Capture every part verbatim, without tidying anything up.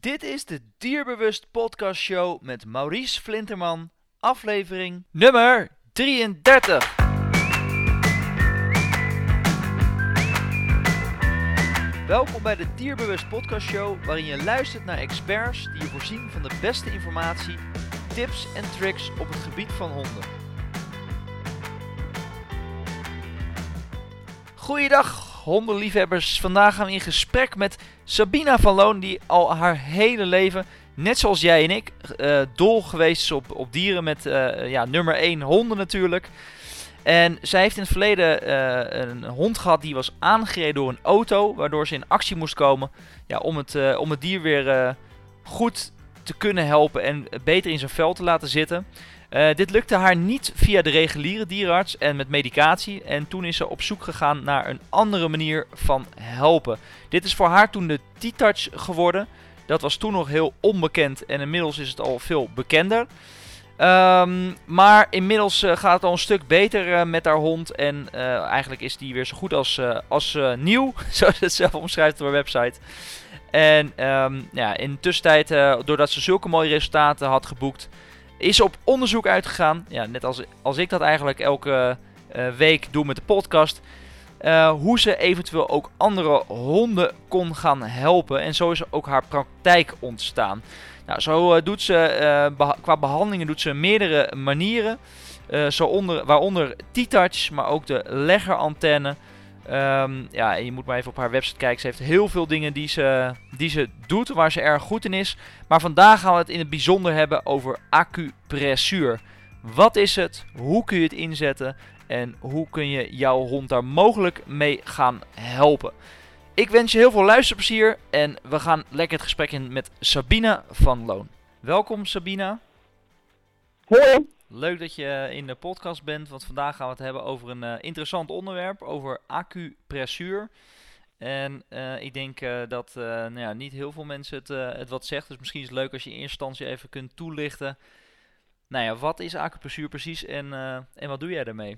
Dit is de Dierbewust Podcast Show met Maurice Flinterman, aflevering nummer drieëndertig. Welkom bij de Dierbewust Podcast Show, waarin je luistert naar experts die je voorzien van de beste informatie, tips en tricks op het gebied van honden. Goeiedag hondenliefhebbers, vandaag gaan we in gesprek met Sabina van Loon, die al haar hele leven, net zoals jij en ik, uh, dol geweest is op, op dieren met uh, ja, nummer één honden natuurlijk. En zij heeft in het verleden uh, een hond gehad die was aangereden door een auto, waardoor ze in actie moest komen ja, om, het, uh, om het dier weer uh, goed te kunnen helpen en beter in zijn vel te laten zitten. Uh, dit lukte haar niet via de reguliere dierenarts en met medicatie. En toen is ze op zoek gegaan naar een andere manier van helpen. Dit is voor haar toen de T-Touch geworden. Dat was toen nog heel onbekend en inmiddels is het al veel bekender. Um, maar inmiddels uh, gaat het al een stuk beter uh, met haar hond. En uh, eigenlijk is die weer zo goed als, uh, als uh, nieuw, zoals ze het zelf omschrijft op haar website. En um, ja, in de tussentijd, uh, doordat ze zulke mooie resultaten had geboekt, is op onderzoek uitgegaan, ja, net als, als ik dat eigenlijk elke uh, week doe met de podcast, uh, hoe ze eventueel ook andere honden kon gaan helpen. En zo is ook haar praktijk ontstaan. Nou, zo uh, doet ze, uh, beha- qua behandelingen doet ze meerdere manieren, uh, zo onder, waaronder T-Touch, maar ook de leggerantenne. Um, ja, je moet maar even op haar website kijken. Ze heeft heel veel dingen die ze, die ze doet, waar ze erg goed in is. Maar vandaag gaan we het in het bijzonder hebben over acupressuur. Wat is het? Hoe kun je het inzetten? En hoe kun je jouw hond daar mogelijk mee gaan helpen? Ik wens je heel veel luisterplezier en we gaan lekker het gesprek in met Sabina van Loon. Welkom Sabina. Hoi. Leuk dat je in de podcast bent, want vandaag gaan we het hebben over een uh, interessant onderwerp, over acupressuur. En uh, ik denk uh, dat uh, nou ja, niet heel veel mensen het, uh, het wat zegt, dus misschien is het leuk als je in eerste instantie even kunt toelichten. Nou ja, wat is acupressuur precies en, uh, en wat doe jij daarmee?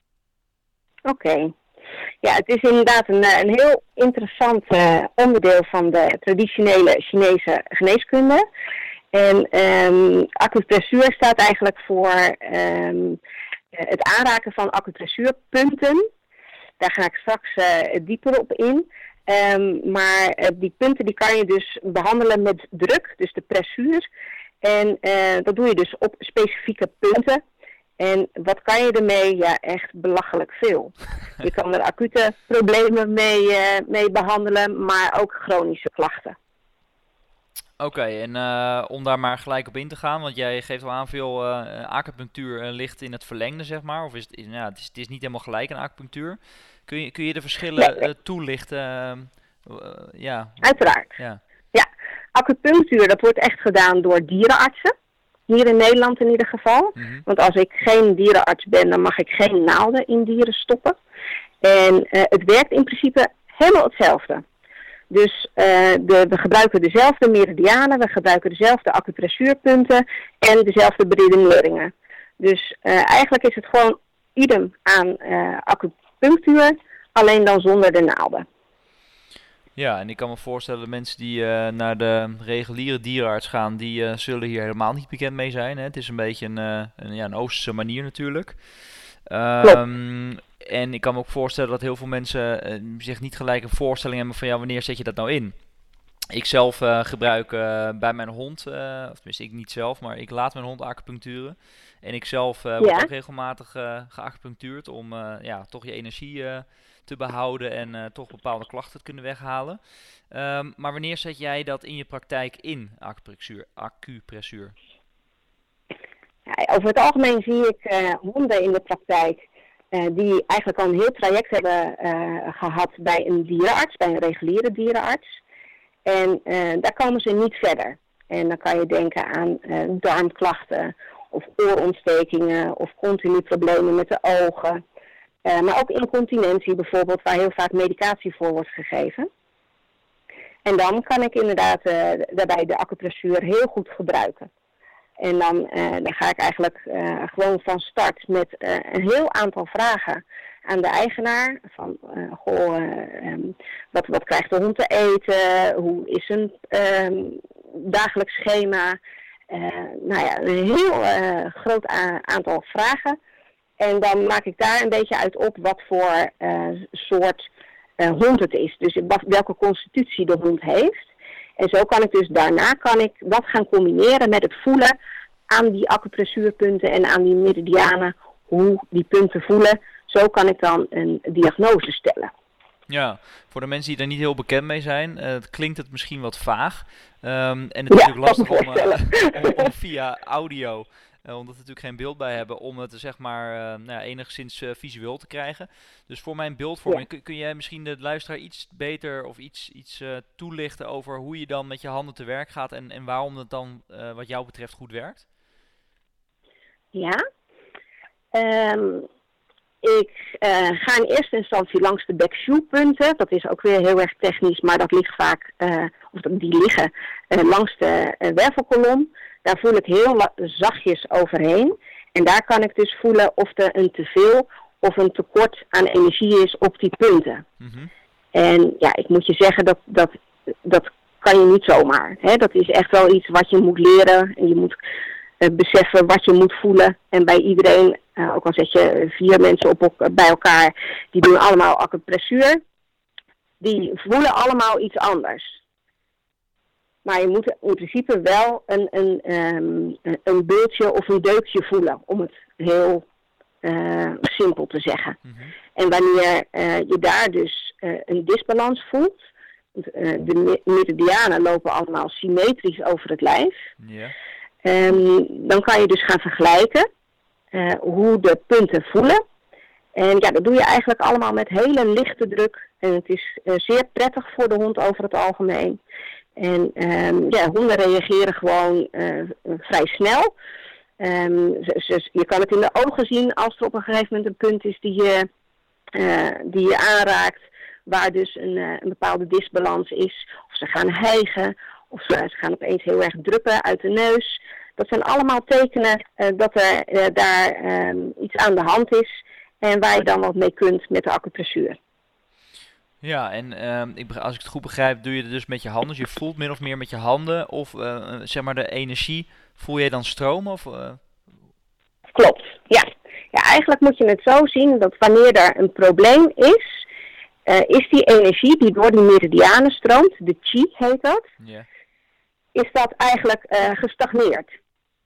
Oké. Okay. Ja, het is inderdaad een, een heel interessant uh, onderdeel van de traditionele Chinese geneeskunde. En um, acupressuur staat eigenlijk voor um, het aanraken van acupressuurpunten. Daar ga ik straks uh, dieper op in. Um, maar uh, die punten die kan je dus behandelen met druk, dus de pressuur. En uh, dat doe je dus op specifieke punten. En wat kan je ermee? Ja, echt belachelijk veel. Je kan er acute problemen mee, uh, mee behandelen, maar ook chronische klachten. Oké, okay, en uh, om daar maar gelijk op in te gaan, want jij geeft al aan veel uh, acupunctuur uh, ligt in het verlengde, zeg maar. Of is het, ja, het, is, het is niet helemaal gelijk aan acupunctuur. Kun je, kun je de verschillen nee. uh, toelichten? Uh, uh, ja. Uiteraard. Ja. ja, acupunctuur dat wordt echt gedaan door dierenartsen. Hier in Nederland in ieder geval. Mm-hmm. Want als ik geen dierenarts ben, dan mag ik geen naalden in dieren stoppen. En uh, het werkt in principe helemaal hetzelfde. Dus uh, de, we gebruiken dezelfde meridianen, we gebruiken dezelfde acupressuurpunten en dezelfde beredeneringen. Dus uh, eigenlijk is het gewoon idem aan uh, acupunctuur, alleen dan zonder de naalden. Ja, en ik kan me voorstellen dat mensen die uh, naar de reguliere dierenarts gaan, die uh, zullen hier helemaal niet bekend mee zijn. Hè? Het is een beetje een, uh, een, ja, een Oosterse manier natuurlijk. Um, en ik kan me ook voorstellen dat heel veel mensen uh, zich niet gelijk een voorstelling hebben van ja, wanneer zet je dat nou in? Ik zelf uh, gebruik uh, bij mijn hond, uh, of tenminste ik niet zelf, maar ik laat mijn hond acupuncturen. En ik zelf uh, ja. word ook regelmatig uh, geacupunctuurd om uh, ja, toch je energie uh, te behouden en uh, toch bepaalde klachten te kunnen weghalen. Um, maar wanneer zet jij dat in je praktijk in, acupressuur? acupressuur? Ja, over het algemeen zie ik uh, honden in de praktijk uh, die eigenlijk al een heel traject hebben uh, gehad bij een dierenarts, bij een reguliere dierenarts. En uh, daar komen ze niet verder. En dan kan je denken aan uh, darmklachten of oorontstekingen of continu problemen met de ogen. Uh, maar ook incontinentie bijvoorbeeld, waar heel vaak medicatie voor wordt gegeven. En dan kan ik inderdaad uh, daarbij de acupressuur heel goed gebruiken. En dan, uh, dan ga ik eigenlijk uh, gewoon van start met uh, een heel aantal vragen aan de eigenaar. Van, uh, goh, uh, um, wat, wat krijgt de hond te eten? Hoe is zijn um, dagelijks schema. Uh, nou ja, een heel uh, groot a- aantal vragen. En dan maak ik daar een beetje uit op wat voor uh, soort uh, hond het is. Dus wat, welke constitutie de hond heeft. En zo kan ik dus daarna kan ik dat gaan combineren met het voelen aan die acupressuurpunten en aan die meridianen. Hoe die punten voelen. Zo kan ik dan een diagnose stellen. Ja, voor de mensen die er niet heel bekend mee zijn, uh, klinkt het misschien wat vaag. Um, en het is ja, natuurlijk lastig om, uh, om, om via audio, uh, omdat we natuurlijk geen beeld bij hebben, om het zeg maar uh, nou ja, enigszins uh, visueel te krijgen. Dus voor mijn beeldvorming, ja. kun, kun jij misschien de luisteraar iets beter of iets, iets uh, toelichten over hoe je dan met je handen te werk gaat en, en waarom het dan uh, wat jou betreft goed werkt? Ja, um... Ik uh, ga in eerste instantie langs de backshoe-punten. Dat is ook weer heel erg technisch, maar dat ligt vaak, uh, of die liggen uh, langs de uh, wervelkolom. Daar voel ik heel la- zachtjes overheen. En daar kan ik dus voelen of er een teveel of een tekort aan energie is op die punten. Mm-hmm. En ja, ik moet je zeggen, dat, dat, dat kan je niet zomaar. Hè? Dat is echt wel iets wat je moet leren. En je moet uh, beseffen wat je moet voelen. En bij iedereen... Uh, ook al zet je vier mensen op, op, bij elkaar, die doen allemaal acupressuur. Die voelen allemaal iets anders. Maar je moet in principe wel een, een, um, een beeldje of een deukje voelen, om het heel uh, simpel te zeggen. Mm-hmm. En wanneer uh, je daar dus uh, een disbalans voelt, uh, de meridianen lopen allemaal symmetrisch over het lijf, yeah. um, dan kan je dus gaan vergelijken. Uh, hoe de punten voelen. En ja, dat doe je eigenlijk allemaal met hele lichte druk. En het is uh, zeer prettig voor de hond over het algemeen. En um, ja, honden reageren gewoon uh, vrij snel. Um, ze, ze, je kan het in de ogen zien als er op een gegeven moment een punt is die je, uh, die je aanraakt. Waar dus een, uh, een bepaalde disbalans is. Of ze gaan hijgen. Of ze, ze gaan opeens heel erg druppen uit de neus. Dat zijn allemaal tekenen uh, dat er uh, daar um, iets aan de hand is en waar je dan wat mee kunt met de acupressuur. Ja, en um, ik, als ik het goed begrijp, doe je het dus met je handen. Dus je voelt min of meer met je handen of uh, zeg maar de energie, voel jij dan stromen? Of, uh... Klopt, ja. ja. Eigenlijk moet je het zo zien dat wanneer er een probleem is, uh, is die energie die door die meridianen stroomt, de chi heet dat, yeah. is dat eigenlijk uh, gestagneerd.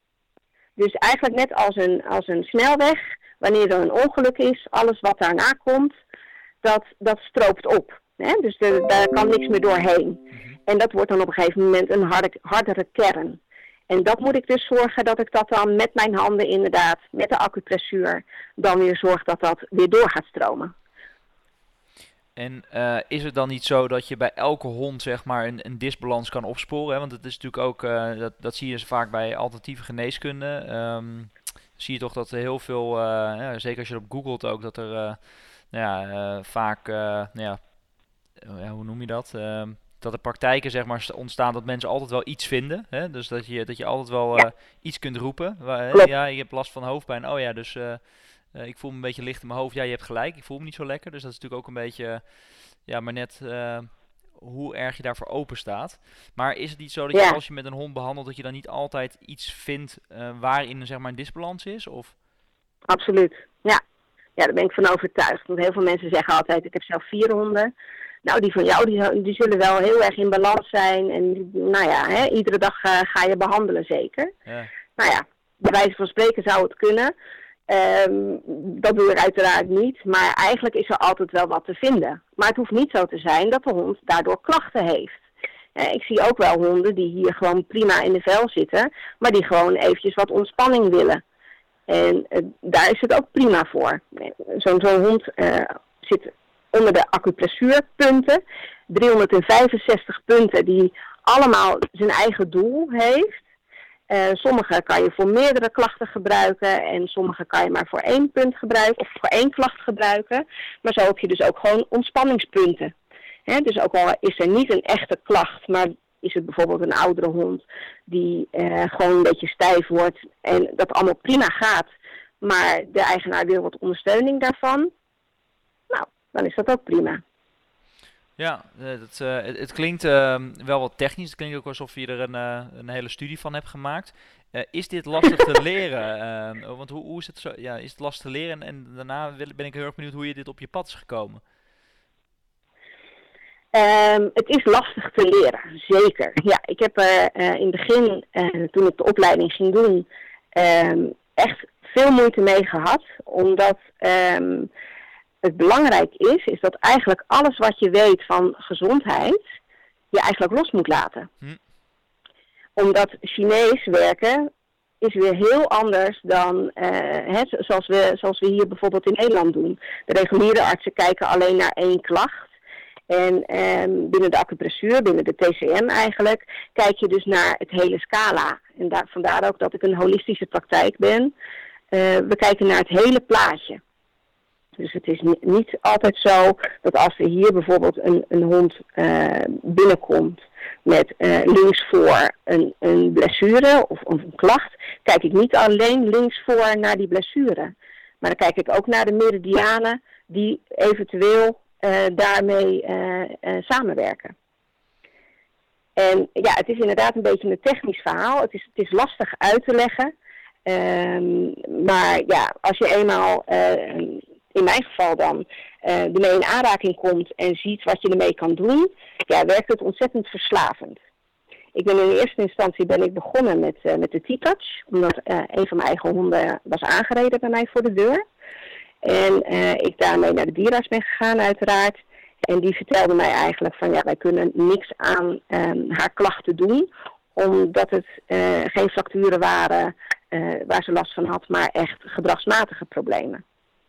Dus eigenlijk net als een, als een snelweg, wanneer er een ongeluk is, alles wat daarna komt, dat, dat stroopt op. Hè? Dus de, daar kan niks meer doorheen. Mm-hmm. En dat wordt dan op een gegeven moment een harde, hardere kern. En dat moet ik dus zorgen dat ik dat dan met mijn handen inderdaad, met de acupressuur, dan weer zorg dat dat weer door gaat stromen. En uh, is het dan niet zo dat je bij elke hond zeg maar een, een disbalans kan opsporen? Hè? Want het is natuurlijk ook, uh, dat, dat zie je vaak bij alternatieve geneeskunde. Um, zie je toch dat er heel veel, uh, ja, zeker als je erop googelt ook, dat er uh, nou ja, uh, vaak, uh, nou ja, uh, hoe noem je dat? Uh, dat er praktijken zeg maar ontstaan dat mensen altijd wel iets vinden. Hè? Dus dat je, dat je altijd wel uh, iets kunt roepen. Waar, uh, ja, je hebt last van hoofdpijn. Oh ja, dus... Uh, Uh, ik voel me een beetje licht in mijn hoofd. Ja, je hebt gelijk. Ik voel me niet zo lekker. Dus dat is natuurlijk ook een beetje... Uh, ja, maar net uh, hoe erg je daarvoor open staat. Maar is het niet zo dat je ja. als je met een hond behandelt... dat je dan niet altijd iets vindt uh, waarin zeg maar, een disbalans is? Of? Absoluut. Ja. ja, daar ben ik van overtuigd. Want heel veel mensen zeggen altijd... ik heb zelf vier honden. Nou, die van jou die, die zullen wel heel erg in balans zijn. En nou ja, hè, iedere dag uh, ga je behandelen zeker. Ja. Nou ja, bij wijze van spreken zou het kunnen... Um, dat doe ik uiteraard niet, maar eigenlijk is er altijd wel wat te vinden. Maar het hoeft niet zo te zijn dat de hond daardoor klachten heeft. Uh, ik zie ook wel honden die hier gewoon prima in de vel zitten, maar die gewoon eventjes wat ontspanning willen. En uh, daar is het ook prima voor. Zo'n zo'n hond uh, zit onder de acupressuurpunten, driehonderdvijfenzestig punten die allemaal zijn eigen doel heeft. Uh, sommige kan je voor meerdere klachten gebruiken en sommige kan je maar voor één punt gebruiken of voor één klacht gebruiken. Maar zo heb je dus ook gewoon ontspanningspunten. He, dus ook al is er niet een echte klacht, maar is het bijvoorbeeld een oudere hond die uh, gewoon een beetje stijf wordt en dat allemaal prima gaat, maar de eigenaar wil wat ondersteuning daarvan, nou, dan is dat ook prima. Ja, eh, dat, eh, het, het klinkt uh, wel wat technisch. Het klinkt ook alsof je er een, uh, een hele studie van hebt gemaakt. Uh, is dit lastig te leren? Uh, want hoe, hoe is het zo? Ja, is het lastig te leren? En, en daarna ben ik heel erg benieuwd hoe je dit op je pad is gekomen. Um, het is lastig te leren, zeker. Ja, ik heb er uh, in het begin, uh, toen ik de opleiding ging doen, um, echt veel moeite mee gehad. Omdat um, het belangrijk is, is dat eigenlijk alles wat je weet van gezondheid, je eigenlijk los moet laten. Hm. Omdat Chinees werken is weer heel anders dan uh, hè, zoals, we, zoals we hier bijvoorbeeld in Nederland doen. De reguliere artsen kijken alleen naar één klacht. En um, binnen de acupressuur, binnen de T C M eigenlijk, kijk je dus naar het hele scala. En daar, vandaar ook dat ik een holistische praktijk ben. Uh, we kijken naar het hele plaatje. Dus het is niet, niet altijd zo dat als er hier bijvoorbeeld een, een hond uh, binnenkomt met uh, links voor een, een blessure of, of een klacht, kijk ik niet alleen links voor naar die blessure. Maar dan kijk ik ook naar de meridianen die eventueel Uh, daarmee uh, uh, samenwerken. En ja, het is inderdaad een beetje een technisch verhaal. Het is, het is lastig uit te leggen. Um, maar ja, als je eenmaal, uh, in mijn geval dan, uh, ermee in aanraking komt en ziet wat je ermee kan doen, ja, werkt het ontzettend verslavend. Ik ben in eerste instantie ben ik begonnen met, uh, met de T-Touch, omdat uh, een van mijn eigen honden was aangereden bij mij voor de deur. En uh, ik daarmee naar de dierenarts ben gegaan uiteraard. En die vertelde mij eigenlijk van ja, wij kunnen niks aan um, haar klachten doen. Omdat het uh, geen fracturen waren uh, waar ze last van had, maar echt gedragsmatige problemen.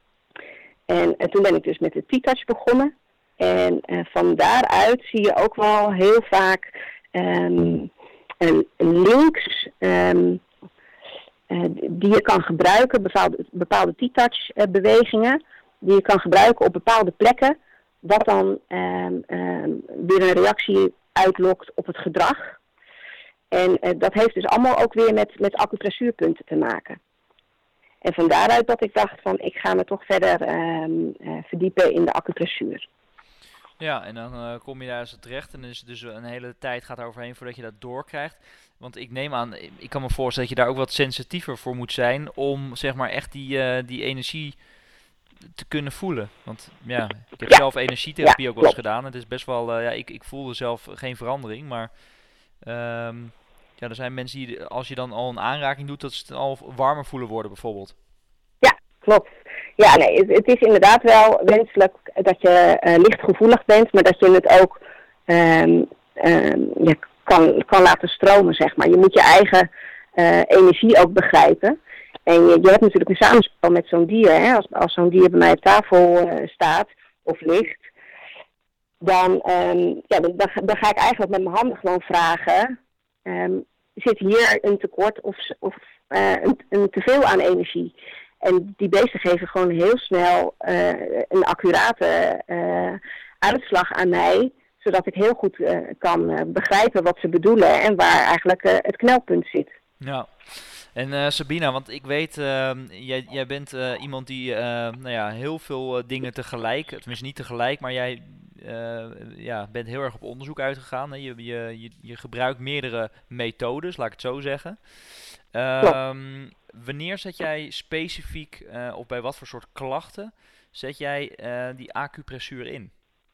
En uh, toen ben ik dus met de T-Touch begonnen. En uh, van daaruit zie je ook wel heel vaak um, een links... Um, Uh, die je kan gebruiken, bepaalde, bepaalde T-touch uh, bewegingen, die je kan gebruiken op bepaalde plekken, wat dan uh, uh, weer een reactie uitlokt op het gedrag. En uh, dat heeft dus allemaal ook weer met, met acupressuurpunten te maken. En van daaruit dat ik dacht van ik ga me toch verder uh, uh, verdiepen in de acupressuur. Ja, en dan uh, kom je daar eens terecht en dus, dus een hele tijd gaat er overheen voordat je dat doorkrijgt. Want ik neem aan, ik kan me voorstellen dat je daar ook wat sensitiever voor moet zijn om zeg maar echt die, uh, die energie te kunnen voelen. Want ja, ik heb ja. zelf energietherapie ja, ook wel eens gedaan. Het is best wel, uh, ja, ik, ik voelde zelf geen verandering, maar um, ja, er zijn mensen die, als je dan al een aanraking doet, dat ze het al warmer voelen worden bijvoorbeeld. Ja, klopt. Ja, nee, het, het is inderdaad wel wenselijk dat je uh, lichtgevoelig bent, maar dat je het ook um, um, ja, kan, kan laten stromen, zeg maar. Je moet je eigen uh, energie ook begrijpen. En je, je hebt natuurlijk een samenspel met zo'n dier. Hè? Als, als zo'n dier bij mij op tafel uh, staat of ligt, dan, um, ja, dan, dan ga ik eigenlijk met mijn handen gewoon vragen, um, zit hier een tekort of, of uh, een, een teveel aan energie? En die beesten geven gewoon heel snel uh, een accurate uh, uitslag aan mij, zodat ik heel goed uh, kan uh, begrijpen wat ze bedoelen en waar eigenlijk uh, het knelpunt zit. Ja, en uh, Sabina, want ik weet, uh, jij, jij bent uh, iemand die uh, nou ja, heel veel uh, dingen tegelijk, tenminste niet tegelijk, maar jij uh, ja, bent heel erg op onderzoek uitgegaan. Hè? Je, je, je, je gebruikt meerdere methodes, laat ik het zo zeggen. Um, wanneer zet jij specifiek, uh, of bij wat voor soort klachten, zet jij uh, die acupressuur in?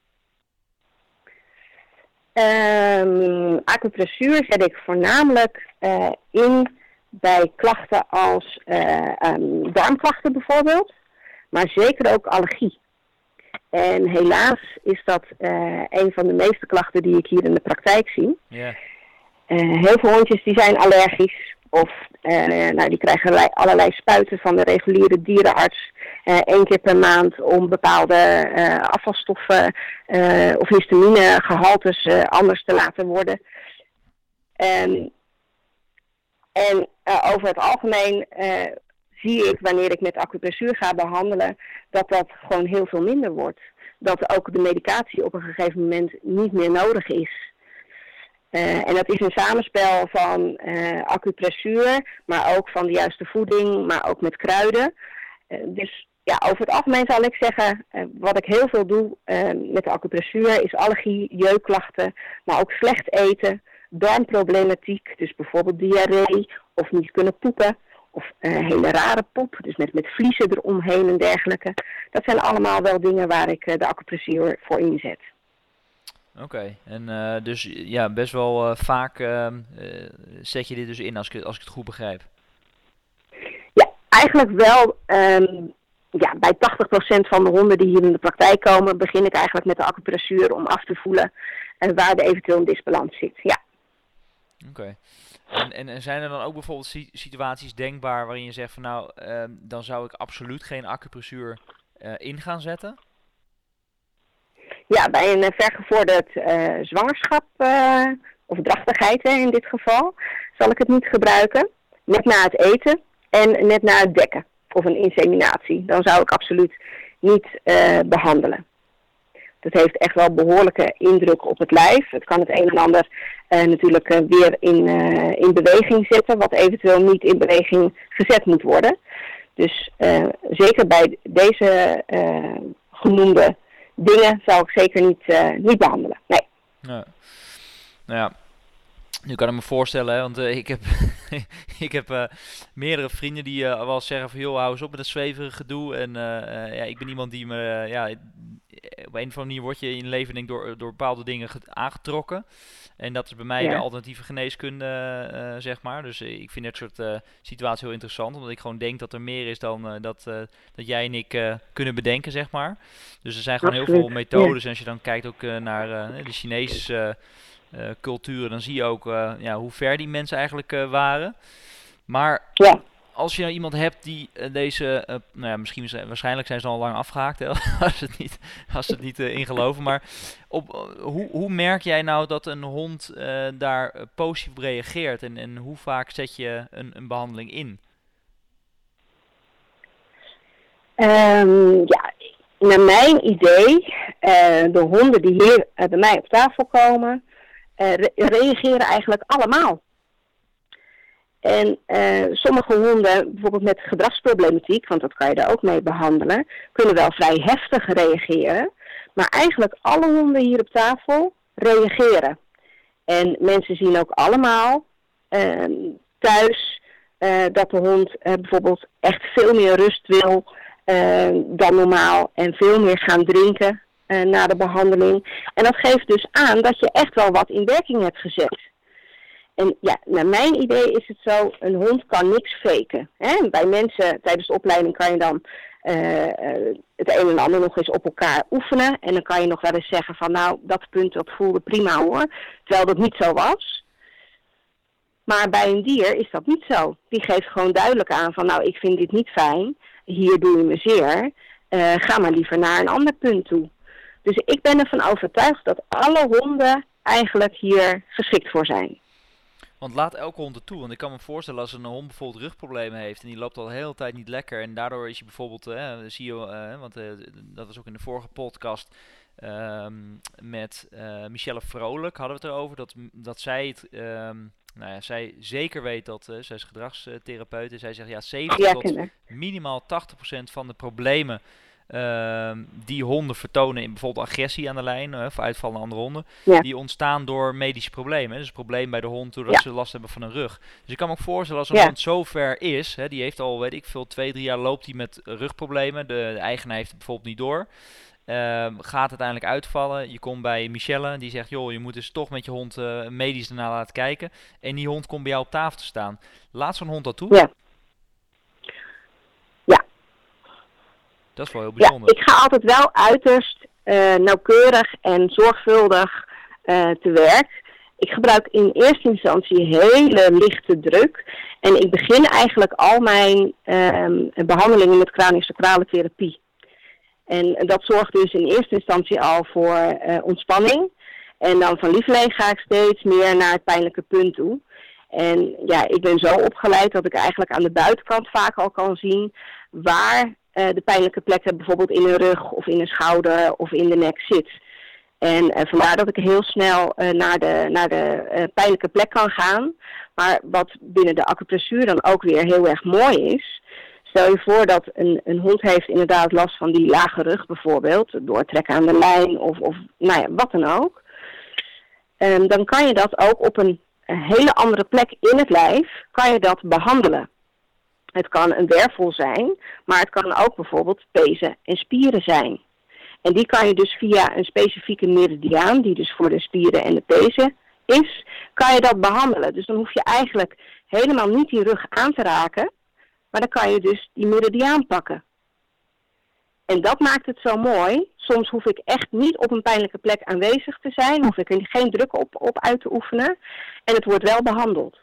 Um, acupressuur zet ik voornamelijk uh, in bij klachten als uh, um, darmklachten bijvoorbeeld, maar zeker ook allergie. En helaas is dat uh, een van de meeste klachten die ik hier in de praktijk zie. Yeah. Uh, heel veel hondjes die zijn allergisch. Of uh, nou, die krijgen allerlei, allerlei spuiten van de reguliere dierenarts uh, één keer per maand om bepaalde uh, afvalstoffen uh, of histaminegehaltes uh, anders te laten worden. Um, en uh, over het algemeen uh, zie ik wanneer ik met acupressuur ga behandelen dat dat gewoon heel veel minder wordt. Dat ook de medicatie op een gegeven moment niet meer nodig is. Uh, en dat is een samenspel van uh, acupressuur, maar ook van de juiste voeding, maar ook met kruiden. Uh, dus Ja, over het algemeen zal ik zeggen, uh, wat ik heel veel doe uh, met de acupressuur is allergie, jeukklachten, maar ook slecht eten, darmproblematiek, dus bijvoorbeeld diarree of niet kunnen poepen of uh, hele rare poep, dus met, met vliezen eromheen en dergelijke. Dat zijn allemaal wel dingen waar ik uh, de acupressuur voor inzet. Oké, okay. en uh, dus ja, best wel uh, vaak uh, uh, zet je dit dus in als ik, als ik het goed begrijp. Ja, eigenlijk wel. Um, ja, bij tachtig procent van de honden die hier in de praktijk komen, begin ik eigenlijk met de acupressuur om af te voelen uh, waar er eventueel een disbalans zit. Ja. Oké. Okay. En, en, en zijn er dan ook bijvoorbeeld si- situaties denkbaar waarin je zegt van nou, uh, dan zou ik absoluut geen acupressuur uh, in gaan zetten? Ja, bij een uh, vergevorderd uh, zwangerschap uh, of drachtigheid hè, in dit geval, zal ik het niet gebruiken. Net na het eten en net na het dekken of een inseminatie. Dan zou ik absoluut niet uh, behandelen. Dat heeft echt wel behoorlijke indruk op het lijf. Het kan het een en ander uh, natuurlijk uh, weer in, uh, in beweging zetten, wat eventueel niet in beweging gezet moet worden. Dus uh, zeker bij deze uh, genoemde dingen zou ik zeker niet, uh, niet behandelen. Nee. Ja. Nou ja, nu kan ik me voorstellen, hè, want uh, ik heb, ik heb uh, meerdere vrienden die uh, wel zeggen van joh, hou eens op met dat zweverige gedoe. En uh, uh, ja, ik ben iemand die me, uh, ja, op een of andere manier word je in je leven denk, door, door bepaalde dingen aangetrokken. En dat is bij mij ja. de alternatieve geneeskunde, uh, zeg maar. Dus uh, ik vind dat soort uh, situaties heel interessant. Omdat ik gewoon denk dat er meer is dan uh, dat, uh, dat jij en ik uh, kunnen bedenken, zeg maar. Dus er zijn gewoon heel veel methodes. Ja. En als je dan kijkt ook uh, naar uh, de Chinese uh, uh, culturen, dan zie je ook uh, ja, hoe ver die mensen eigenlijk uh, waren. Maar ja. als je nou iemand hebt die uh, deze, uh, nou ja, misschien zijn, waarschijnlijk zijn ze al lang afgehaakt, hè, als ze het niet, als ze het niet uh, in geloven. Maar op, uh, hoe, hoe merk jij nou dat een hond uh, daar uh, positief op reageert en, en hoe vaak zet je een, een behandeling in? Um, ja, naar mijn idee, uh, de honden die hier uh, bij mij op tafel komen, uh, re- reageren eigenlijk allemaal. En uh, sommige honden, bijvoorbeeld met gedragsproblematiek, want dat kan je daar ook mee behandelen, kunnen wel vrij heftig reageren. Maar eigenlijk alle honden hier op tafel reageren. En mensen zien ook allemaal uh, thuis uh, dat de hond uh, bijvoorbeeld echt veel meer rust wil uh, dan normaal. En veel meer gaan drinken uh, na de behandeling. En dat geeft dus aan dat je echt wel wat in werking hebt gezet. En ja, naar mijn idee is het zo, een hond kan niks faken. Hè? Bij mensen tijdens de opleiding kan je dan uh, uh, het een en ander nog eens op elkaar oefenen. En dan kan je nog wel eens zeggen van nou, dat punt dat voelde prima hoor. Terwijl dat niet zo was. Maar bij een dier is dat niet zo. Die geeft gewoon duidelijk aan van nou, ik vind dit niet fijn. Hier doe je me zeer. Uh, ga maar liever naar een ander punt toe. Dus ik ben ervan overtuigd dat alle honden eigenlijk hier geschikt voor zijn. Want laat elke hond het toe. Want ik kan me voorstellen als een hond bijvoorbeeld rugproblemen heeft en die loopt al de hele tijd niet lekker. En daardoor is hij bijvoorbeeld, uh, zie je, uh, want uh, dat was ook in de vorige podcast uh, met uh, Michelle Vrolijk hadden we het erover. Dat, dat zij het, uh, nou ja, zij zeker weet dat, uh, zij is gedragstherapeut. En zij zegt ja, zeventig tot minimaal tachtig procent van de problemen Uh, die honden vertonen in bijvoorbeeld agressie aan de lijn uh, of uitval naar andere honden, ja. die ontstaan door medische problemen. Hè? Dus een probleem bij de hond doordat ja. ze last hebben van een rug. Dus ik kan me ook voorstellen als een ja. hond zo ver is, hè, die heeft al, weet ik veel, twee, drie jaar loopt hij met rugproblemen. De, de eigenaar heeft het bijvoorbeeld niet door. Uh, gaat uiteindelijk uitvallen. Je komt bij Michelle, die zegt, joh, je moet dus toch met je hond uh, medisch ernaar laten kijken. En die hond komt bij jou op tafel te staan. Laat zo'n hond dat toe. Ja. Dat is wel heel bijzonder. Ja, ik ga altijd wel uiterst uh, nauwkeurig en zorgvuldig uh, te werk. Ik gebruik in eerste instantie hele lichte druk. En ik begin eigenlijk al mijn uh, behandelingen met craniosacrale therapie. En dat zorgt dus in eerste instantie al voor uh, ontspanning. En dan van lieverlee ga ik steeds meer naar het pijnlijke punt toe. En ja, ik ben zo opgeleid dat ik eigenlijk aan de buitenkant vaak al kan zien waar Uh, de pijnlijke plekken bijvoorbeeld in een rug of in een schouder of in de nek zit. En uh, vandaar dat ik heel snel uh, naar de, naar de uh, pijnlijke plek kan gaan. Maar wat binnen de acupressuur dan ook weer heel erg mooi is. stel je voor dat een, een hond heeft inderdaad last van die lage rug bijvoorbeeld, doortrekken aan de lijn of, of nou ja, wat dan ook. Um, dan kan je dat ook op een, een hele andere plek in het lijf, kan je dat behandelen. Het kan een wervel zijn, maar het kan ook bijvoorbeeld pezen en spieren zijn. En die kan je dus via een specifieke meridiaan, die dus voor de spieren en de pezen is, kan je dat behandelen. Dus dan hoef je eigenlijk helemaal niet die rug aan te raken, maar dan kan je dus die meridiaan pakken. En dat maakt het zo mooi. Soms hoef ik echt niet op een pijnlijke plek aanwezig te zijn, hoef ik er geen druk op, op uit te oefenen. En het wordt wel behandeld.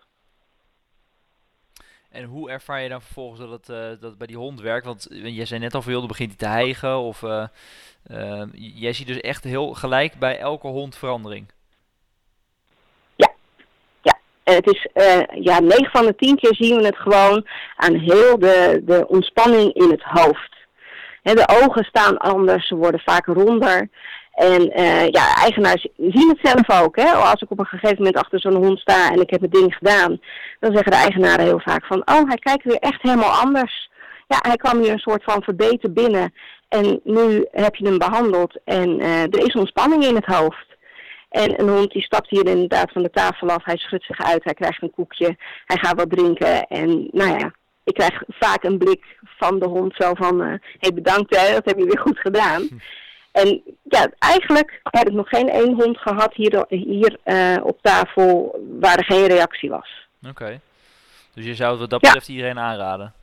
En hoe ervaar je dan vervolgens dat het, uh, dat het bij die hond werkt? Want jij zei net al veel, dan begint hij te hijgen. Of, uh, uh, jij ziet dus echt heel gelijk bij elke hond verandering. Ja, ja. En het is, uh, ja, negen van de tien keer zien we het gewoon aan heel de, de ontspanning in het hoofd. He, de ogen staan anders, ze worden vaak ronder. En uh, ja, eigenaars zien het zelf ook. Hè? Als ik op een gegeven moment achter zo'n hond sta en ik heb het ding gedaan, dan zeggen de eigenaren heel vaak van, oh, hij kijkt weer echt helemaal anders. Ja, hij kwam hier een soort van verbeten binnen en nu heb je hem behandeld en uh, er is ontspanning in het hoofd. En een hond die stapt hier inderdaad van de tafel af, hij schudt zich uit, hij krijgt een koekje, hij gaat wat drinken en nou ja, ik krijg vaak een blik van de hond zo van, hé uh, hey, bedankt hè, dat heb je weer goed gedaan. En ja, eigenlijk heb ik nog geen één hond gehad hier, hier uh, op tafel waar er geen reactie was. Oké. Okay. Dus je zou het wat dat betreft ja. iedereen aanraden?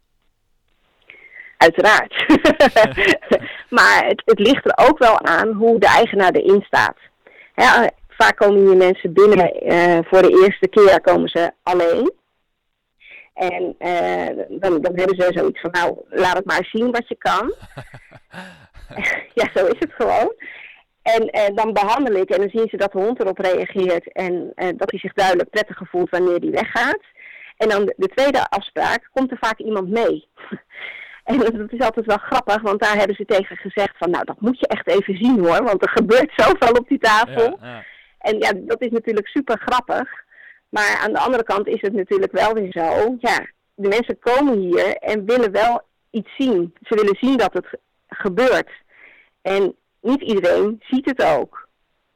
Uiteraard. Maar het, het ligt er ook wel aan hoe de eigenaar erin staat. Ja, vaak komen hier mensen binnen, uh, voor de eerste keer komen ze alleen. En uh, dan, dan hebben ze zoiets van, nou, laat het maar zien wat je kan. Ja, zo is het gewoon. En uh, dan behandel ik en dan zien ze dat de hond erop reageert en uh, dat hij zich duidelijk prettig voelt wanneer hij weggaat. En dan de, de tweede afspraak komt er vaak iemand mee. En dat is altijd wel grappig, want daar hebben ze tegen gezegd van, nou, dat moet je echt even zien hoor, want er gebeurt zoveel op die tafel. Ja, ja. En ja, dat is natuurlijk super grappig. Maar aan de andere kant is het natuurlijk wel weer zo, ja, de mensen komen hier en willen wel iets zien. Ze willen zien dat het gebeurt. En niet iedereen ziet het ook.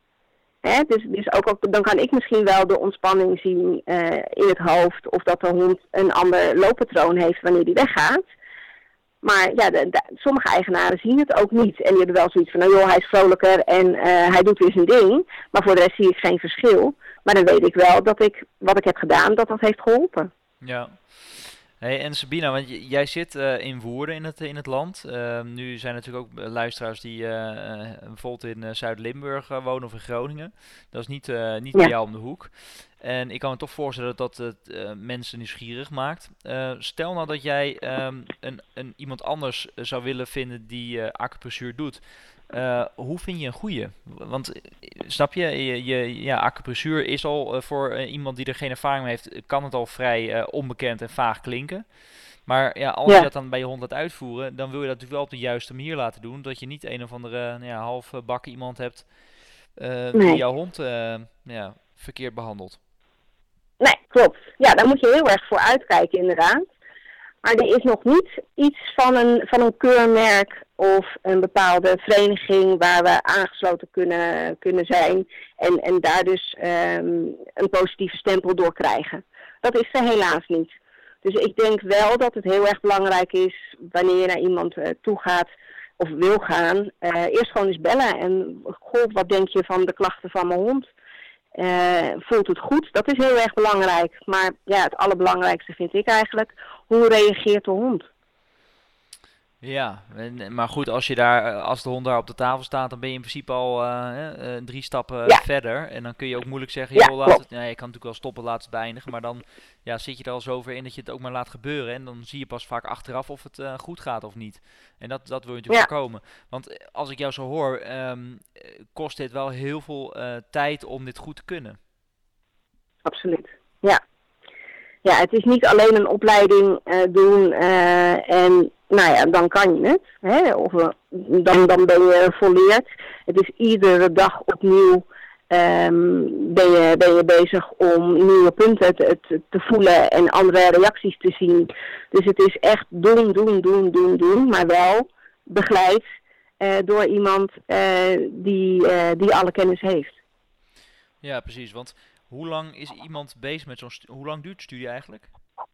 Hè? Dus, dus ook, ook, dan kan ik misschien wel de ontspanning zien uh, in het hoofd, of dat de hond een ander looppatroon heeft wanneer die weggaat. Maar ja, de, de, sommige eigenaren zien het ook niet. En die hebben wel zoiets van, nou joh, hij is vrolijker en uh, hij doet weer zijn ding. Maar voor de rest zie ik geen verschil. Maar dan weet ik wel dat ik, wat ik heb gedaan, dat dat heeft geholpen. Ja. Hey, en Sabina, want j- jij zit uh, in Woerden in het, in het land. Uh, nu zijn er natuurlijk ook luisteraars die uh, uh, bijvoorbeeld in uh, Zuid-Limburg uh, wonen of in Groningen. Dat is niet, uh, niet ja. bij jou om de hoek. En ik kan me toch voorstellen dat dat het uh, mensen nieuwsgierig maakt. Uh, stel nou dat jij um, een, een, iemand anders zou willen vinden die uh, acupressuur doet. Uh, hoe vind je een goeie? Want snap je, je, je ja, acupressuur is al uh, voor uh, iemand die er geen ervaring mee heeft, kan het al vrij uh, onbekend en vaag klinken. Maar ja, als ja. je dat dan bij je hond laat uitvoeren, dan wil je dat natuurlijk wel op de juiste manier laten doen. Dat je niet een of andere nou ja, half bakken iemand hebt uh, nee. die jouw hond uh, ja, verkeerd behandelt. Nee, klopt. Ja, daar moet je heel erg voor uitkijken inderdaad. Maar er is nog niet iets van een, van een keurmerk of een bepaalde vereniging waar we aangesloten kunnen, kunnen zijn. En, en daar dus um, een positieve stempel door krijgen. Dat is er helaas niet. Dus ik denk wel dat het heel erg belangrijk is wanneer je naar iemand uh, toe gaat of wil gaan. Uh, eerst gewoon eens bellen en goh, wat denk je van de klachten van mijn hond? Uh, voelt het goed? Dat is heel erg belangrijk. Maar ja, het allerbelangrijkste vind ik eigenlijk, hoe reageert de hond? Ja, en, maar goed, als je daar, als de hond daar op de tafel staat, dan ben je in principe al uh, uh, drie stappen ja. verder. En dan kun je ook moeilijk zeggen, ja, joh, laat het, nou, je kan natuurlijk wel stoppen, laat het beëindigen. Maar dan ja, zit je er al zover in dat je het ook maar laat gebeuren. En dan zie je pas vaak achteraf of het uh, goed gaat of niet. En dat, dat wil je natuurlijk ja. voorkomen. Want als ik jou zo hoor, um, kost dit wel heel veel uh, tijd om dit goed te kunnen. Absoluut, ja. Ja, het is niet alleen een opleiding uh, doen uh, en nou ja, dan kan je het. Hè? Of uh, dan, dan ben je volleerd. Het is iedere dag opnieuw um, ben, je, ben je bezig om nieuwe punten te, te, te voelen en andere reacties te zien. Dus het is echt doen, doen, doen, doen, doen, maar wel begeleid uh, door iemand uh, die, uh, die alle kennis heeft. Ja, precies. Want hoe lang is iemand bezig met zo'n stu- hoe lang duurt de studie eigenlijk?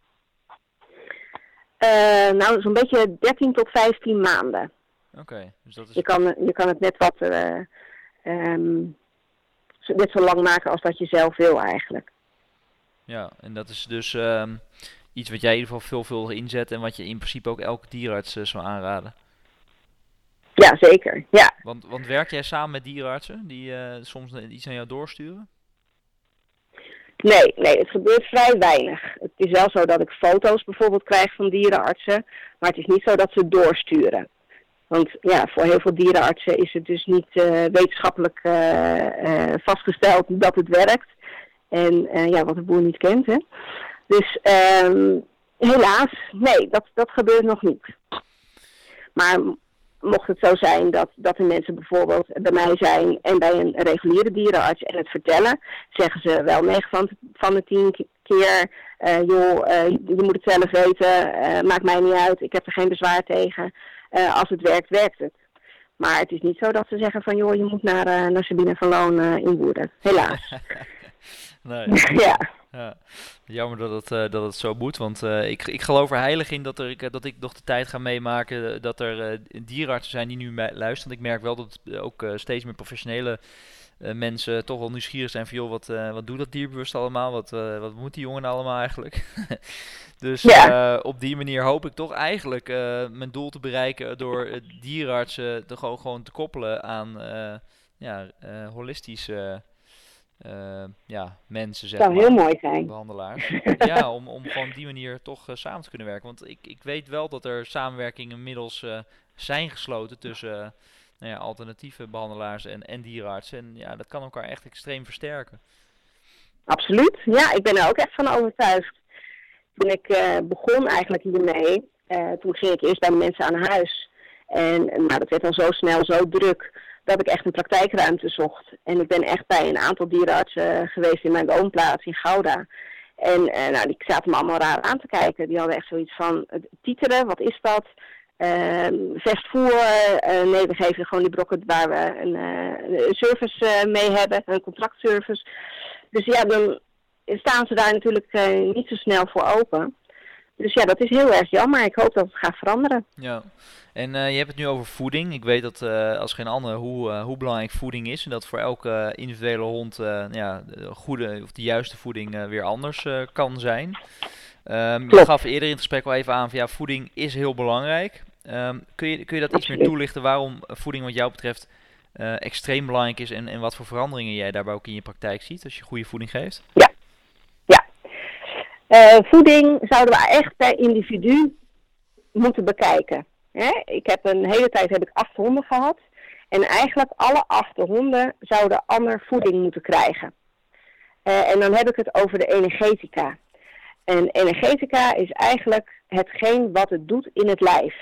Uh, nou, zo'n beetje dertien tot vijftien maanden. Oké, okay, dus dat is... Je kan, je kan het net wat uh, um, net zo lang maken als dat je zelf wil eigenlijk. Ja, en dat is dus um, iets wat jij in ieder geval veelvuldig inzet en wat je in principe ook elke dierenarts uh, zou aanraden. Ja, zeker. Ja. Want, want werk jij samen met dierenartsen die uh, soms iets aan jou doorsturen? Nee, nee, het gebeurt vrij weinig. Het is wel zo dat ik foto's bijvoorbeeld krijg van dierenartsen, maar het is niet zo dat ze doorsturen. Want ja, voor heel veel dierenartsen is het dus niet uh, wetenschappelijk uh, uh, vastgesteld dat het werkt. En uh, ja, wat de boer niet kent, hè. Dus um, helaas, nee, dat, dat gebeurt nog niet. Maar mocht het zo zijn dat, dat de mensen bijvoorbeeld bij mij zijn en bij een reguliere dierenarts en het vertellen, zeggen ze wel negen van, van de tien keer, uh, joh, uh, je moet het zelf weten, uh, maakt mij niet uit, ik heb er geen bezwaar tegen. Uh, als het werkt, werkt het. Maar het is niet zo dat ze zeggen van, joh, je moet naar, uh, naar Sabine van Loon uh, in Woerden. Helaas. Nee. Ja. Ja. Jammer dat het, uh, dat het zo moet, want uh, ik, ik geloof er heilig in dat, er, dat ik nog de tijd ga meemaken dat er uh, dierenartsen zijn die nu luisteren. Want ik merk wel dat ook uh, steeds meer professionele uh, mensen toch wel nieuwsgierig zijn van, joh, wat, uh, wat doet dat dierbewust allemaal? Wat, uh, wat moet die jongen allemaal eigenlijk? Dus ja. uh, op die manier hoop ik toch eigenlijk uh, mijn doel te bereiken door uh, dierenartsen te gewoon, gewoon te koppelen aan uh, ja, uh, holistische uh, ja, mensen, zeg zou maar. Heel mooi zijn. Behandelaars. Ja, om, om gewoon op die manier toch uh, samen te kunnen werken. Want ik, ik weet wel dat er samenwerkingen inmiddels uh, zijn gesloten tussen uh, nou ja, alternatieve behandelaars en, en dierenartsen. En ja, dat kan elkaar echt extreem versterken. Absoluut. Ja, ik ben er ook echt van overtuigd. Toen ik uh, begon eigenlijk hiermee, uh, toen ging ik eerst bij de mensen aan huis. En nou, dat werd al zo snel, zo druk, dat ik echt een praktijkruimte zocht. En ik ben echt bij een aantal dierenartsen geweest in mijn woonplaats in Gouda. En uh, nou, die zaten me allemaal raar aan te kijken. Die hadden echt zoiets van, uh, titeren, wat is dat? Uh, vestvoer, uh, nee, we geven gewoon die brokken waar we een, uh, een service uh, mee hebben, een contractservice. Dus ja, dan staan ze daar natuurlijk uh, niet zo snel voor open. Dus ja, dat is heel erg jammer. Ik hoop dat het gaat veranderen. Ja, en uh, je hebt het nu over voeding. Ik weet dat uh, als geen ander hoe, uh, hoe belangrijk voeding is. En dat voor elke uh, individuele hond uh, ja, de goede of de juiste voeding uh, weer anders uh, kan zijn. Um, je gaf eerder in het gesprek al even aan van ja, voeding is heel belangrijk. Um, kun, je, kun je dat iets meer toelichten waarom voeding wat jou betreft uh, extreem belangrijk is en, en wat voor veranderingen jij daarbij ook in je praktijk ziet als je goede voeding geeft? Ja, ja. Uh, voeding zouden we echt per individu moeten bekijken. Hè? Ik heb een hele tijd heb ik acht honden gehad en eigenlijk alle acht honden zouden ander voeding moeten krijgen. Uh, en dan heb ik het over de energetica. En energetica is eigenlijk hetgeen wat het doet in het lijf.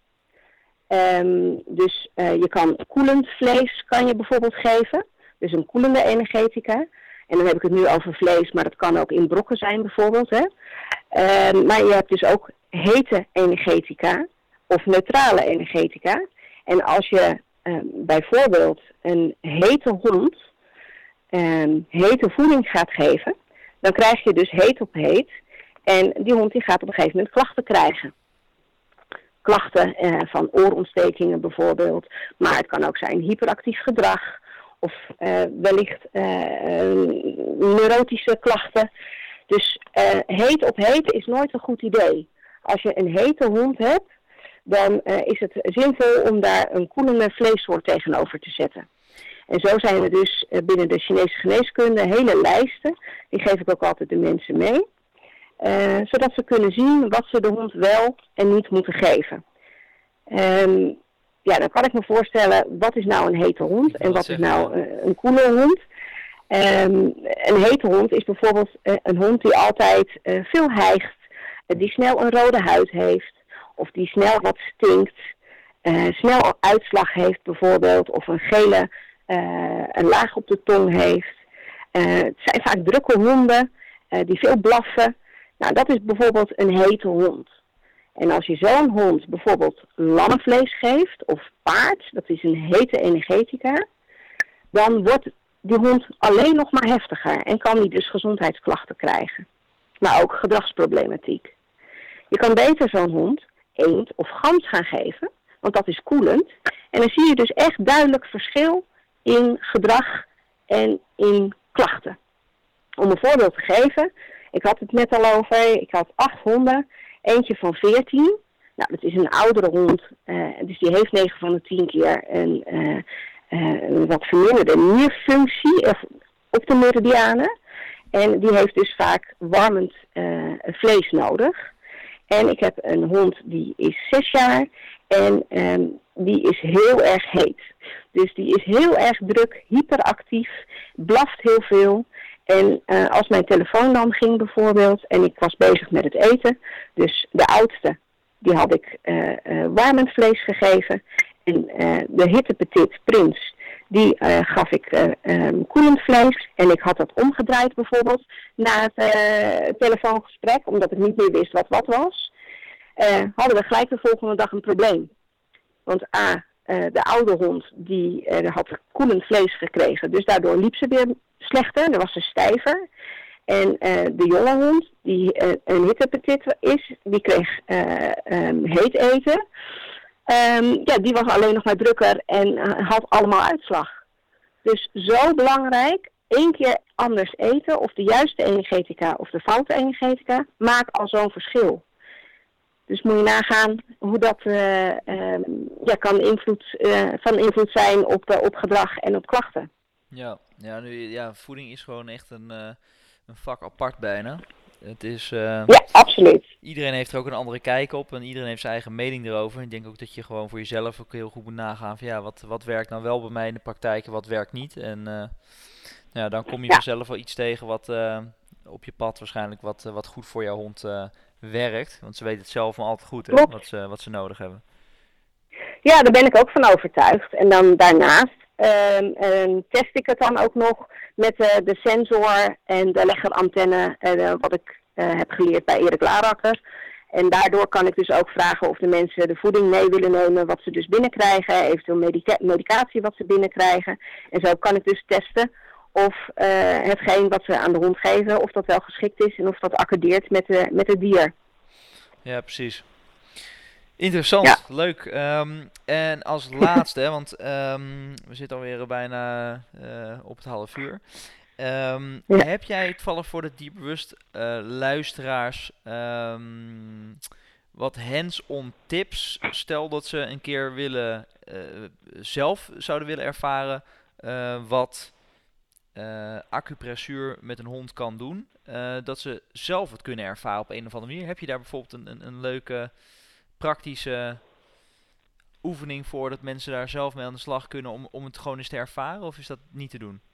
Um, dus uh, je kan koelend vlees kan je bijvoorbeeld geven. Dus een koelende energetica. En dan heb ik het nu over vlees, maar dat kan ook in brokken zijn bijvoorbeeld. Hè? Um, maar je hebt dus ook hete energetica of neutrale energetica. En als je um, bijvoorbeeld een hete hond um, hete voeding gaat geven, dan krijg je dus heet op heet. En die hond die gaat op een gegeven moment klachten krijgen. Klachten eh, van oorontstekingen bijvoorbeeld. Maar het kan ook zijn hyperactief gedrag. Of uh, wellicht uh, neurotische klachten. Dus uh, heet op heet is nooit een goed idee. Als je een hete hond hebt, dan uh, is het zinvol om daar een koelende vleessoort tegenover te zetten. En zo zijn er dus uh, binnen de Chinese geneeskunde hele lijsten. Die geef ik ook altijd de mensen mee. Uh, zodat ze kunnen zien wat ze de hond wel en niet moeten geven. Um, ja, dan kan ik me voorstellen, wat is nou een hete hond en wat is nou uh, een koele hond? Um, een hete hond is bijvoorbeeld uh, een hond die altijd uh, veel hijgt, uh, die snel een rode huid heeft, of die snel wat stinkt, uh, snel uitslag heeft bijvoorbeeld, of een gele uh, een laag op de tong heeft. Uh, het zijn vaak drukke honden uh, die veel blaffen. Nou, dat is bijvoorbeeld een hete hond. En als je zo'n hond bijvoorbeeld lammenvlees geeft of paard, dat is een hete energetica, dan wordt die hond alleen nog maar heftiger en kan die dus gezondheidsklachten krijgen. Maar ook gedragsproblematiek. Je kan beter zo'n hond eend of gans gaan geven, want dat is koelend. En dan zie je dus echt duidelijk verschil in gedrag en in klachten. Om een voorbeeld te geven, ik had het net al over, ik had acht honden, eentje van veertien. Nou, dat is een oudere hond, uh, dus die heeft negen van de tien keer een, uh, uh, een wat verminderde nierfunctie uh, op de meridianen. En die heeft dus vaak warmend uh, vlees nodig. En ik heb een hond die is zes jaar en um, die is heel erg heet. Dus die is heel erg druk, hyperactief, blaft heel veel. En uh, als mijn telefoon dan ging bijvoorbeeld en ik was bezig met het eten, dus de oudste, die had ik uh, uh, warmend vlees gegeven. En uh, de hittepetit prins, die uh, gaf ik uh, um, koelend vlees. En ik had dat omgedraaid bijvoorbeeld na het uh, telefoongesprek, omdat ik niet meer wist wat wat was. Uh, hadden we gelijk de volgende dag een probleem. Want A, uh, de oude hond die uh, had koelend vlees gekregen, dus daardoor liep ze weer slechter, dan was ze stijver. En uh, de jonge hond, die uh, een hittepetit is, die kreeg uh, um, heet eten. Um, ja, die was alleen nog maar drukker en uh, had allemaal uitslag. Dus zo belangrijk, één keer anders eten, of de juiste energetica of de foute energetica, maakt al zo'n verschil. Dus moet je nagaan hoe dat uh, um, ja, kan invloed, uh, van invloed zijn op, uh, op gedrag en op klachten. Ja, ja, nu, ja, voeding is gewoon echt een, uh, een vak apart bijna. Het is, uh, ja, absoluut. Iedereen heeft er ook een andere kijk op en iedereen heeft zijn eigen mening erover. Ik denk ook dat je gewoon voor jezelf ook heel goed moet nagaan van ja, wat, wat werkt nou wel bij mij in de praktijk en wat werkt niet. En uh, nou ja, dan kom je ja. vanzelf wel iets tegen wat uh, op je pad waarschijnlijk wat, uh, wat goed voor jouw hond uh, werkt. Want ze weten het zelf maar altijd goed, hè, wat, ze, wat ze nodig hebben. Ja, daar ben ik ook van overtuigd. En dan daarnaast um, um, test ik het dan ook nog met uh, de sensor en de leggerantenne, uh, wat ik uh, heb geleerd bij Erik Larakker. En daardoor kan ik dus ook vragen of de mensen de voeding mee willen nemen, wat ze dus binnenkrijgen, eventueel medica- medicatie wat ze binnenkrijgen. En zo kan ik dus testen of uh, hetgeen wat ze aan de hond geven, of dat wel geschikt is en of dat accordeert met, de, met het dier. Ja, precies. Interessant, ja. Leuk. Um, en als laatste, want um, we zitten alweer bijna uh, op het half uur. Um, ja. Heb jij toevallig voor de dierbewust uh, luisteraars um, wat hands-on tips? Stel dat ze een keer willen, uh, zelf zouden willen ervaren uh, wat uh, acupressuur met een hond kan doen. Uh, dat ze zelf het kunnen ervaren op een of andere manier. Heb je daar bijvoorbeeld een, een, een leuke praktische oefening voor dat mensen daar zelf mee aan de slag kunnen om, om het gewoon eens te ervaren? Of is dat niet te doen?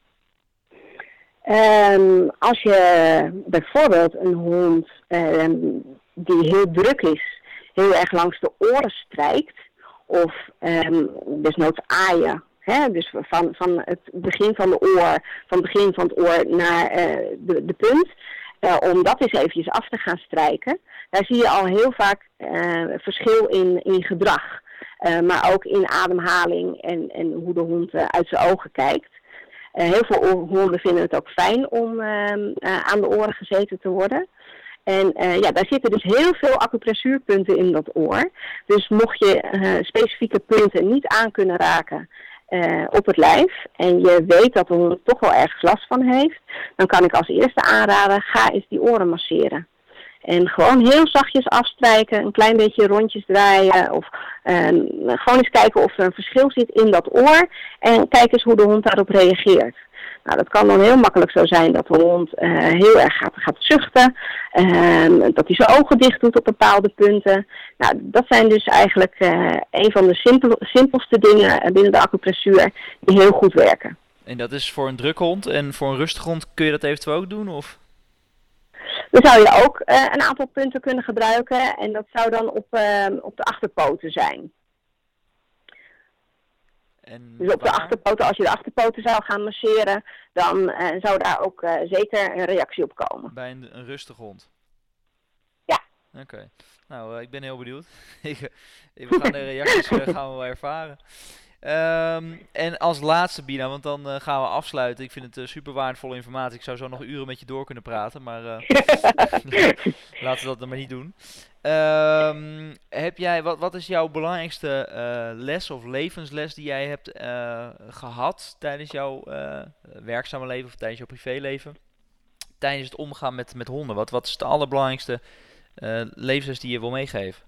Um, als je bijvoorbeeld een hond um, die heel druk is, heel erg langs de oren strijkt, of um, desnoods aaien, hè? Dus van, van het begin van de oor, van het begin van het oor naar uh, de, de punt, uh, om dat eens eventjes af te gaan strijken, daar zie je al heel vaak uh, verschil in, in gedrag, uh, maar ook in ademhaling en, en hoe de hond uh, uit zijn ogen kijkt. Uh, heel veel honden vinden het ook fijn om uh, uh, aan de oren gezeten te worden. En uh, ja, daar zitten dus heel veel acupressuurpunten in dat oor. Dus mocht je uh, specifieke punten niet aan kunnen raken uh, op het lijf en je weet dat de hond er toch wel ergens last van heeft, dan kan ik als eerste aanraden, ga eens die oren masseren. En gewoon heel zachtjes afstrijken, een klein beetje rondjes draaien of uh, gewoon eens kijken of er een verschil zit in dat oor en kijk eens hoe de hond daarop reageert. Nou, dat kan dan heel makkelijk zo zijn dat de hond uh, heel erg gaat, gaat zuchten, uh, dat hij zijn ogen dicht doet op bepaalde punten. Nou, dat zijn dus eigenlijk uh, een van de simpel, simpelste dingen binnen de acupressuur die heel goed werken. En dat is voor een drukke hond en voor een rustige hond kun je dat eventueel ook doen? Of? Dan zou je ook uh, een aantal punten kunnen gebruiken en dat zou dan op, uh, op de achterpoten zijn. En Dus op de waar? achterpoten, als je de achterpoten zou gaan masseren, dan uh, zou daar ook uh, zeker een reactie op komen. Bij een, een rustig hond? Ja. Oké. Okay. Nou, uh, ik ben heel benieuwd. ik, we gaan de reacties uh, gaan we wel ervaren. Um, en als laatste, Bina, want dan uh, gaan we afsluiten. Ik vind het uh, super waardevolle informatie. Ik zou zo nog uren met je door kunnen praten, maar uh, laten we dat dan maar niet doen. Um, heb jij, wat, wat is jouw belangrijkste uh, les of levensles die jij hebt uh, gehad tijdens jouw uh, werkzame leven of tijdens jouw privéleven? Tijdens het omgaan met, met honden. Wat, wat is de allerbelangrijkste uh, levensles die je wil meegeven?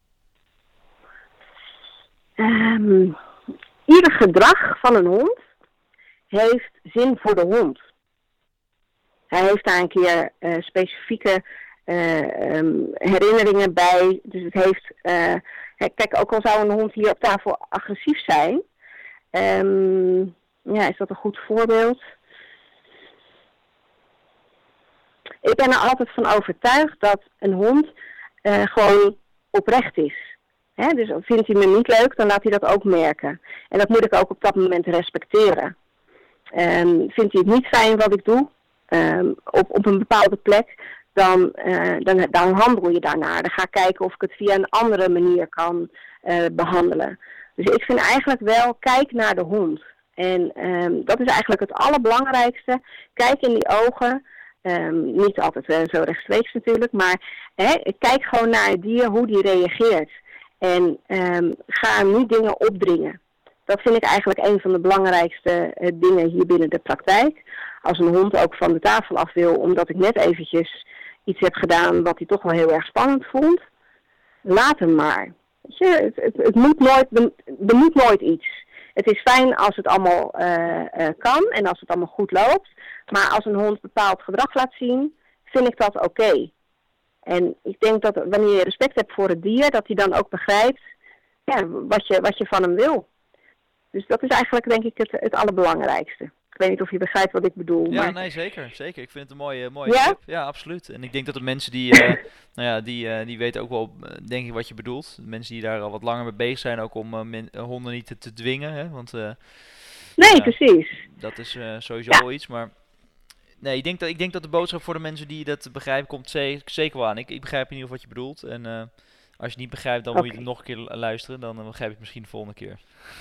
Um, ieder gedrag van een hond heeft zin voor de hond. Hij heeft daar een keer uh, specifieke uh, um, herinneringen bij. Dus het heeft... Uh, kijk, ook al zou een hond hier op tafel agressief zijn. Um, ja, is dat een goed voorbeeld? Ik ben er altijd van overtuigd dat een hond uh, gewoon oprecht is. He, dus vindt hij me niet leuk, dan laat hij dat ook merken. En dat moet ik ook op dat moment respecteren. Um, vindt hij het niet fijn wat ik doe, um, op, op een bepaalde plek, dan, uh, dan, dan handel je daarnaar. Dan ga ik kijken of ik het via een andere manier kan uh, behandelen. Dus ik vind eigenlijk wel, kijk naar de hond. En um, dat is eigenlijk het allerbelangrijkste. Kijk in die ogen. Um, niet altijd uh, zo rechtstreeks natuurlijk, maar hè, kijk gewoon naar het dier, hoe die reageert. En um, ga hem niet dingen opdringen. Dat vind ik eigenlijk een van de belangrijkste uh, dingen hier binnen de praktijk. Als een hond ook van de tafel af wil, omdat ik net eventjes iets heb gedaan wat hij toch wel heel erg spannend vond, laat hem maar. Weet je, het, het, het moet nooit, er moet nooit iets. Het is fijn als het allemaal uh, uh, kan en als het allemaal goed loopt. Maar als een hond bepaald gedrag laat zien, vind ik dat oké. Okay. En ik denk dat wanneer je respect hebt voor het dier, dat hij dan ook begrijpt ja, wat, je, wat je van hem wil. Dus dat is eigenlijk denk ik het, het allerbelangrijkste. Ik weet niet of je begrijpt wat ik bedoel. Ja, maar... nee, zeker. Zeker. Ik vind het een mooie, mooie ja? tip. Ja, absoluut. En ik denk dat de mensen die, uh, nou ja, die, uh, die weten ook wel, uh, denk ik, wat je bedoelt. De mensen die daar al wat langer mee bezig zijn, ook om uh, men, uh, honden niet te, te dwingen. Hè? Want, uh, nee, ja, precies. Dat is uh, sowieso ja. wel iets, maar... Nee, ik denk, dat, ik denk dat de boodschap voor de mensen die dat begrijpen, komt ze- zeker wel aan. Ik, ik begrijp in ieder geval wat je bedoelt. En uh, als je het niet begrijpt, dan okay. moet je nog een keer luisteren. Dan uh, begrijp je het misschien de volgende keer.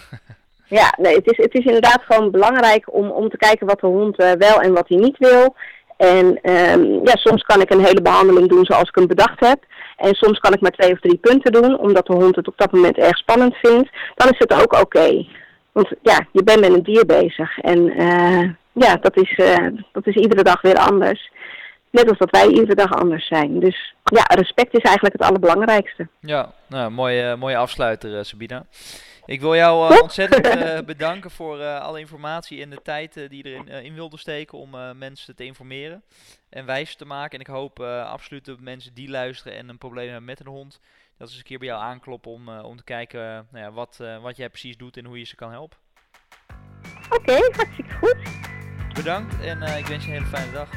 Ja, nee, het is, het is inderdaad gewoon belangrijk om, om te kijken wat de hond uh, wel en wat hij niet wil. En um, ja, soms kan ik een hele behandeling doen zoals ik hem bedacht heb. En soms kan ik maar twee of drie punten doen, omdat de hond het op dat moment erg spannend vindt. Dan is het ook oké. Okay. Want ja, je bent met een dier bezig. En uh, ja, dat is, uh, dat is iedere dag weer anders. Net als dat wij iedere dag anders zijn. Dus ja, respect is eigenlijk het allerbelangrijkste. Ja, nou, mooie, mooie afsluiter, uh, Sabina. Ik wil jou uh, ontzettend uh, bedanken voor uh, alle informatie en de tijd uh, die je erin uh, in wilde steken om uh, mensen te informeren en wijs te maken. En ik hoop uh, absoluut dat mensen die luisteren en een probleem hebben met een hond, dat ze eens een keer bij jou aankloppen om, uh, om te kijken uh, nou ja, wat, uh, wat jij precies doet en hoe je ze kan helpen. Oké, okay, hartstikke goed. Bedankt en uh, ik wens je een hele fijne dag.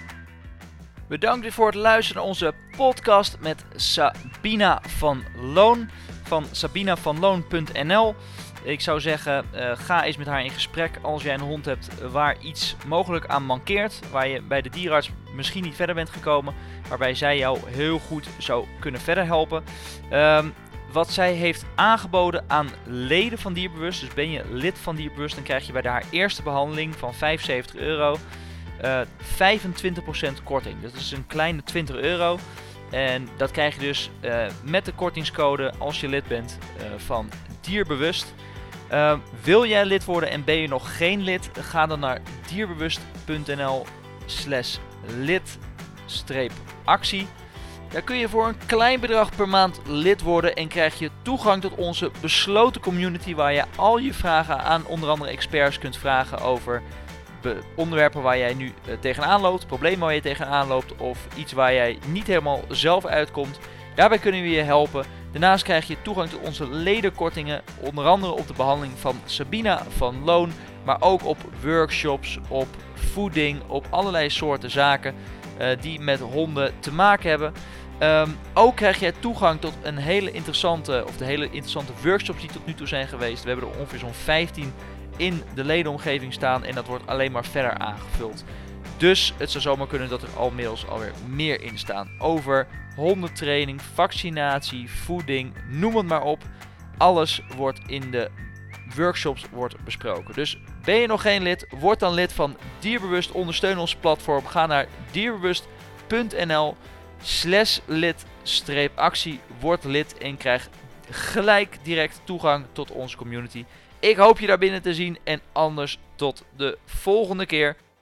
Bedankt weer voor het luisteren naar onze podcast met Sabina van Loon van sabina van loon punt n l. Ik zou zeggen, uh, ga eens met haar in gesprek als jij een hond hebt waar iets mogelijk aan mankeert, waar je bij de dierenarts misschien niet verder bent gekomen, waarbij zij jou heel goed zou kunnen verder helpen. Um, wat zij heeft aangeboden aan leden van Dierbewust, dus ben je lid van Dierbewust, dan krijg je bij haar eerste behandeling van vijfenzeventig euro uh, vijfentwintig procent korting. Dat is een kleine twintig euro. En dat krijg je dus uh, met de kortingscode als je lid bent uh, van Dierbewust. Uh, wil jij lid worden en ben je nog geen lid? Ga dan naar dierbewust punt n l slash lid actie. Daar kun je voor een klein bedrag per maand lid worden en krijg je toegang tot onze besloten community waar je al je vragen aan onder andere experts kunt vragen over onderwerpen waar jij nu uh, tegenaan loopt, problemen waar je tegenaan loopt of iets waar jij niet helemaal zelf uitkomt. Daarbij kunnen we je helpen. Daarnaast krijg je toegang tot onze ledenkortingen, onder andere op de behandeling van Sabina van Loon, maar ook op workshops, op voeding, op allerlei soorten zaken uh, die met honden te maken hebben. Um, ook krijg je toegang tot een hele interessante, of de hele interessante workshops die tot nu toe zijn geweest. We hebben er ongeveer zo'n vijftien in de ledenomgeving staan en dat wordt alleen maar verder aangevuld. Dus het zou zomaar kunnen dat er al inmiddels alweer meer in staan. Over hondentraining, vaccinatie, voeding, noem het maar op. Alles wordt in de workshops wordt besproken. Dus ben je nog geen lid, word dan lid van Dierbewust. Ondersteun ons platform. Ga naar dierbewust.nl slash lid streep actie. Word lid en krijg gelijk direct toegang tot onze community. Ik hoop je daar binnen te zien en anders tot de volgende keer.